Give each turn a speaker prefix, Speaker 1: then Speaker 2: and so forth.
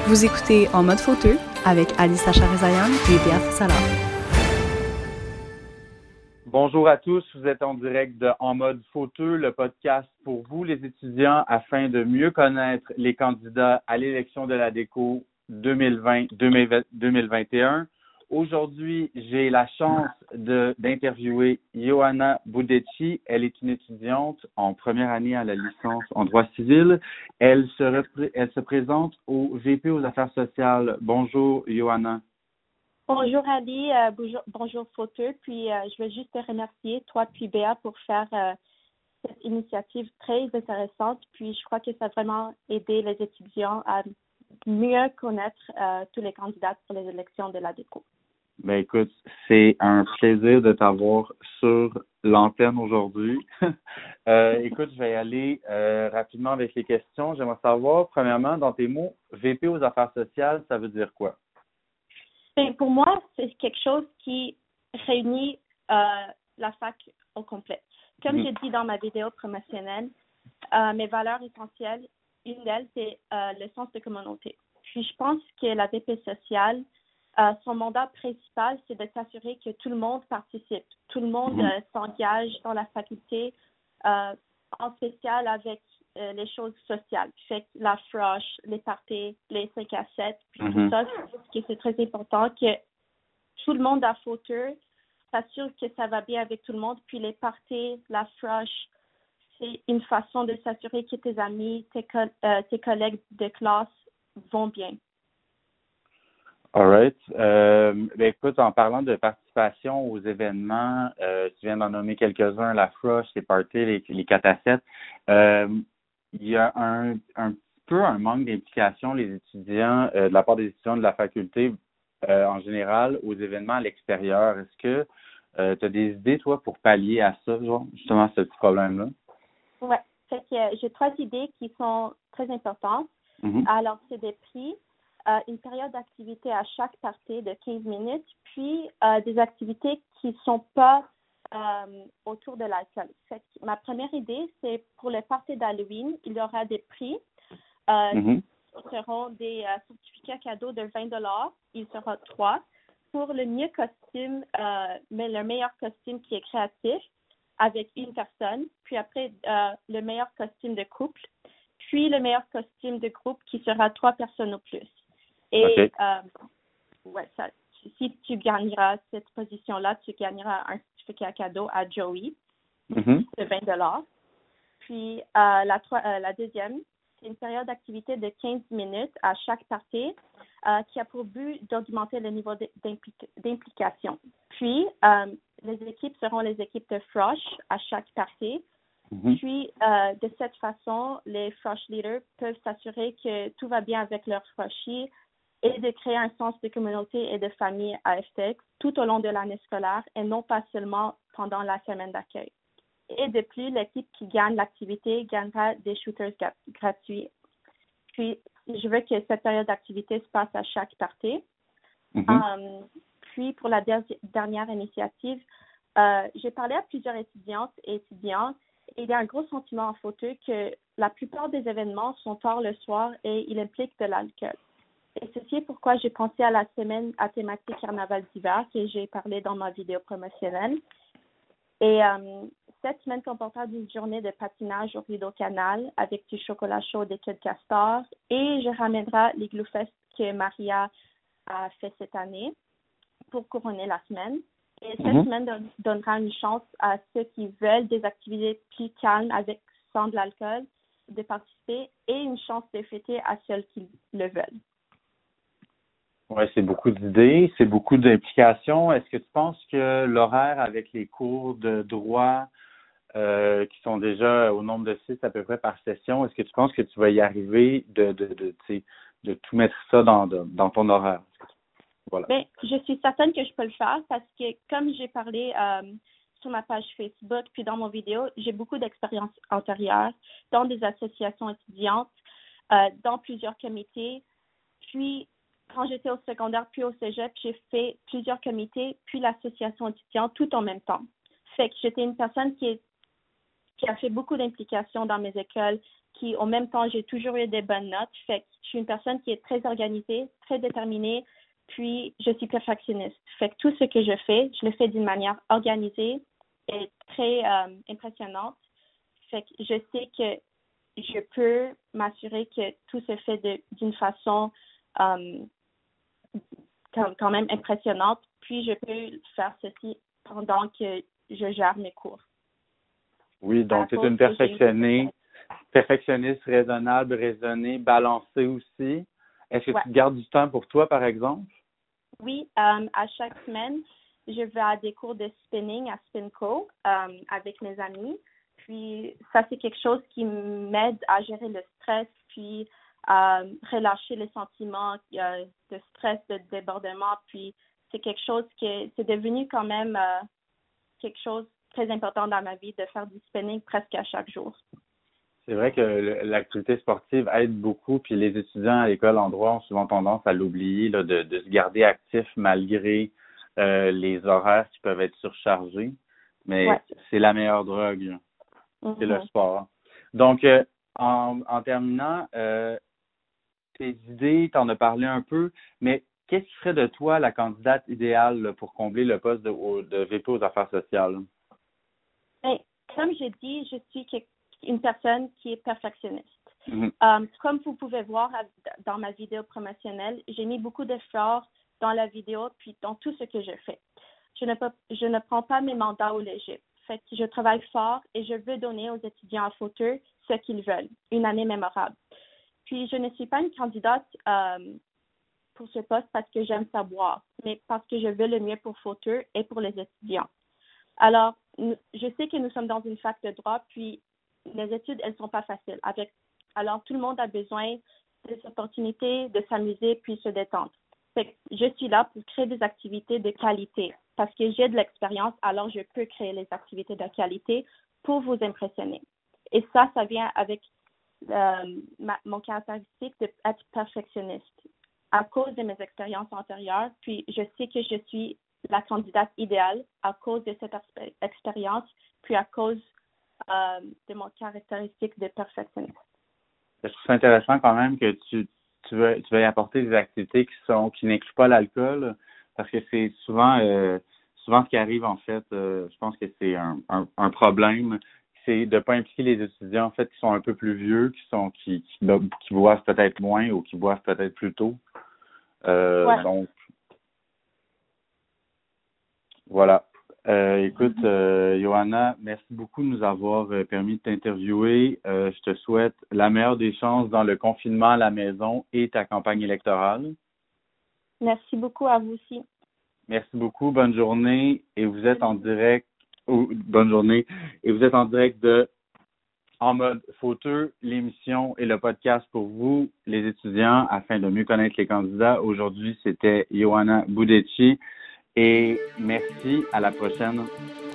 Speaker 1: Vous écoutez En mode fauteux avec Alissa Charizayan et Béatrice Allard.
Speaker 2: Bonjour à tous, vous êtes en direct de En mode fauteux, le podcast pour vous les étudiants afin de mieux connaître les candidats à l'élection de la DECO 2020-2021. Aujourd'hui, j'ai la chance d'interviewer Ioana Budeci. Elle est une étudiante en première année à la licence en droit civil. Elle se présente au VP aux affaires sociales. Bonjour, Ioana.
Speaker 3: Bonjour Ali, bonjour Fauteux. Puis je veux juste te remercier, toi puis Béa, pour faire cette initiative très intéressante. Puis je crois que ça a vraiment aidé les étudiants à mieux connaître tous les candidats pour les élections de la DECO.
Speaker 2: Ben écoute, c'est un plaisir de t'avoir sur l'antenne aujourd'hui. Écoute, je vais y aller rapidement avec les questions. J'aimerais savoir, premièrement, dans tes mots, VP aux affaires sociales, ça veut dire quoi?
Speaker 3: Bien, pour moi, c'est quelque chose qui réunit la fac au complet. Comme j'ai dit dans ma vidéo promotionnelle, mes valeurs essentielles, une d'elles, c'est le sens de communauté. Puis je pense que la VP sociale, son mandat principal, c'est de s'assurer que tout le monde participe, tout le monde s'engage dans la faculté, en spécial avec les choses sociales. Fait que la froche, les parties, les 5 à 7, puis tout ça, c'est très important que tout le monde à fauteux s'assure que ça va bien avec tout le monde. Puis les parties, la froche, c'est une façon de s'assurer que tes amis, tes collègues de classe vont bien.
Speaker 2: All right. Ben écoute, en parlant de participation aux événements, tu viens d'en nommer quelques-uns, la froche, les parties, les 4 à 7. Il y a un peu un manque d'implication les étudiants, de la part des étudiants de la faculté en général, aux événements à l'extérieur. Est-ce que tu as des idées, toi, pour pallier à ça, genre, justement, ce petit problème-là?
Speaker 3: Oui. Fait que j'ai 3 idées qui sont très importantes. Alors, c'est des prix. Une période d'activité à chaque partie de 15 minutes, puis des activités qui ne sont pas autour de l'alcool. Ma première idée, c'est pour le party d'Halloween, il y aura des prix. Ce seront des certificats cadeaux de 20 $. Il sera 3 pour le mieux costume, mais le meilleur costume qui est créatif avec une personne. Puis après, le meilleur costume de couple. Puis le meilleur costume de groupe qui sera 3 personnes au plus. Et si tu gagneras cette position-là, tu gagneras un certificat cadeau à Joey de 20 $. Puis la deuxième, c'est une période d'activité de 15 minutes à chaque partie qui a pour but d'augmenter le niveau d'implication. Puis, les équipes seront les équipes de frosh à chaque partie. Puis, de cette façon, les frosh leaders peuvent s'assurer que tout va bien avec leur froshie et de créer un sens de communauté et de famille à FTX tout au long de l'année scolaire et non pas seulement pendant la semaine d'accueil. Et de plus, l'équipe qui gagne l'activité gagnera des shooters gratuits. Puis, je veux que cette période d'activité se passe à chaque partie. Puis, pour la dernière initiative, j'ai parlé à plusieurs étudiantes et étudiants et il y a un gros sentiment en fauteux que la plupart des événements sont tard le soir et ils impliquent de l'alcool. Et ceci est pourquoi j'ai pensé à la semaine à thématique carnaval d'hiver que j'ai parlé dans ma vidéo promotionnelle. Et cette semaine comportera d'une journée de patinage au rideau canal avec du chocolat chaud des queues de castor et je ramènerai l'Igloo Fest que Maria a fait cette année pour couronner la semaine. Et cette semaine donnera une chance à ceux qui veulent des activités plus calmes avec sans de l'alcool de participer et une chance de fêter à ceux qui le veulent.
Speaker 2: Oui, c'est beaucoup d'idées, c'est beaucoup d'implications. Est-ce que tu penses que l'horaire avec les cours de droit qui sont déjà au nombre de 6 à peu près par session, est-ce que tu penses que tu vas y arriver de tout mettre ça dans ton horaire? Voilà.
Speaker 3: Bien, je suis certaine que je peux le faire parce que comme j'ai parlé sur ma page Facebook puis dans mon vidéo, j'ai beaucoup d'expérience antérieure dans des associations étudiantes, dans plusieurs comités. Puis, quand j'étais au secondaire puis au cégep, j'ai fait plusieurs comités puis l'association étudiante tout en même temps. Fait que j'étais une personne qui a fait beaucoup d'implications dans mes écoles, Puis, en même temps, j'ai toujours eu des bonnes notes. Fait que je suis une personne qui est très organisée, très déterminée. Puis, je suis perfectionniste. Fait que tout ce que je le fais d'une manière organisée et très impressionnante. Fait que je sais que je peux m'assurer que tout se fait d'une façon quand même impressionnante. Puis, je peux faire ceci pendant que je gère mes cours.
Speaker 2: Oui, donc tu es une perfectionniste raisonnable, raisonnée, balancée aussi. Est-ce que tu gardes du temps pour toi, par exemple?
Speaker 3: Oui, à chaque semaine, je vais à des cours de spinning à Spinco avec mes amis. Puis ça, c'est quelque chose qui m'aide à gérer le stress, puis à relâcher les sentiments de stress, de débordement. Puis c'est quelque chose c'est devenu quand même quelque chose de très important dans ma vie de faire du spinning presque à chaque jour.
Speaker 2: C'est vrai que l'activité sportive aide beaucoup, puis les étudiants à l'école en droit ont souvent tendance à l'oublier, là, de se garder actif malgré les horaires qui peuvent être surchargés. Mais c'est la meilleure drogue, c'est le sport. Donc, en terminant, tes idées, tu en as parlé un peu, mais qu'est-ce qui ferait de toi la candidate idéale là, pour combler le poste de VP aux affaires sociales?
Speaker 3: Bien, comme j'ai dit, je suis une personne qui est perfectionniste. Comme vous pouvez voir dans ma vidéo promotionnelle, j'ai mis beaucoup d'efforts dans la vidéo puis dans tout ce que je fais. Je ne prends pas mes mandats au léger. Fait que je travaille fort et je veux donner aux étudiants à fauteux ce qu'ils veulent, une année mémorable. Puis je ne suis pas une candidate pour ce poste parce que j'aime savoir, mais parce que je veux le mieux pour fauteux et pour les étudiants. Alors, je sais que nous sommes dans une fac de droit, puis les études, elles ne sont pas faciles. Alors, tout le monde a besoin de cette opportunité de s'amuser puis se détendre. Fait que je suis là pour créer des activités de qualité parce que j'ai de l'expérience, alors je peux créer les activités de qualité pour vous impressionner. Et ça vient avec mon caractéristique d'être perfectionniste à cause de mes expériences antérieures. Puis, je sais que je suis la candidate idéale à cause de cette expérience, puis à cause de mon caractéristique de perfectionniste.
Speaker 2: Je trouve ça intéressant quand même que tu veux y apporter des activités qui n'incluent pas l'alcool, parce que c'est souvent ce qui arrive en fait. Je pense que c'est un problème, c'est de ne pas impliquer les étudiants en fait qui sont un peu plus vieux, qui boivent peut-être moins ou qui boivent peut-être plus tôt. Donc voilà. Écoute, Johanna, merci beaucoup de nous avoir permis de t'interviewer. Je te souhaite la meilleure des chances dans le confinement à la maison et ta campagne électorale.
Speaker 3: Merci beaucoup à vous aussi.
Speaker 2: Merci beaucoup. Bonne journée. Et vous êtes en direct. Bonne journée. Et vous êtes en direct de En mode fauteux, l'émission et le podcast pour vous, les étudiants, afin de mieux connaître les candidats. Aujourd'hui, c'était Johanna Boudetchi. Et merci, à la prochaine.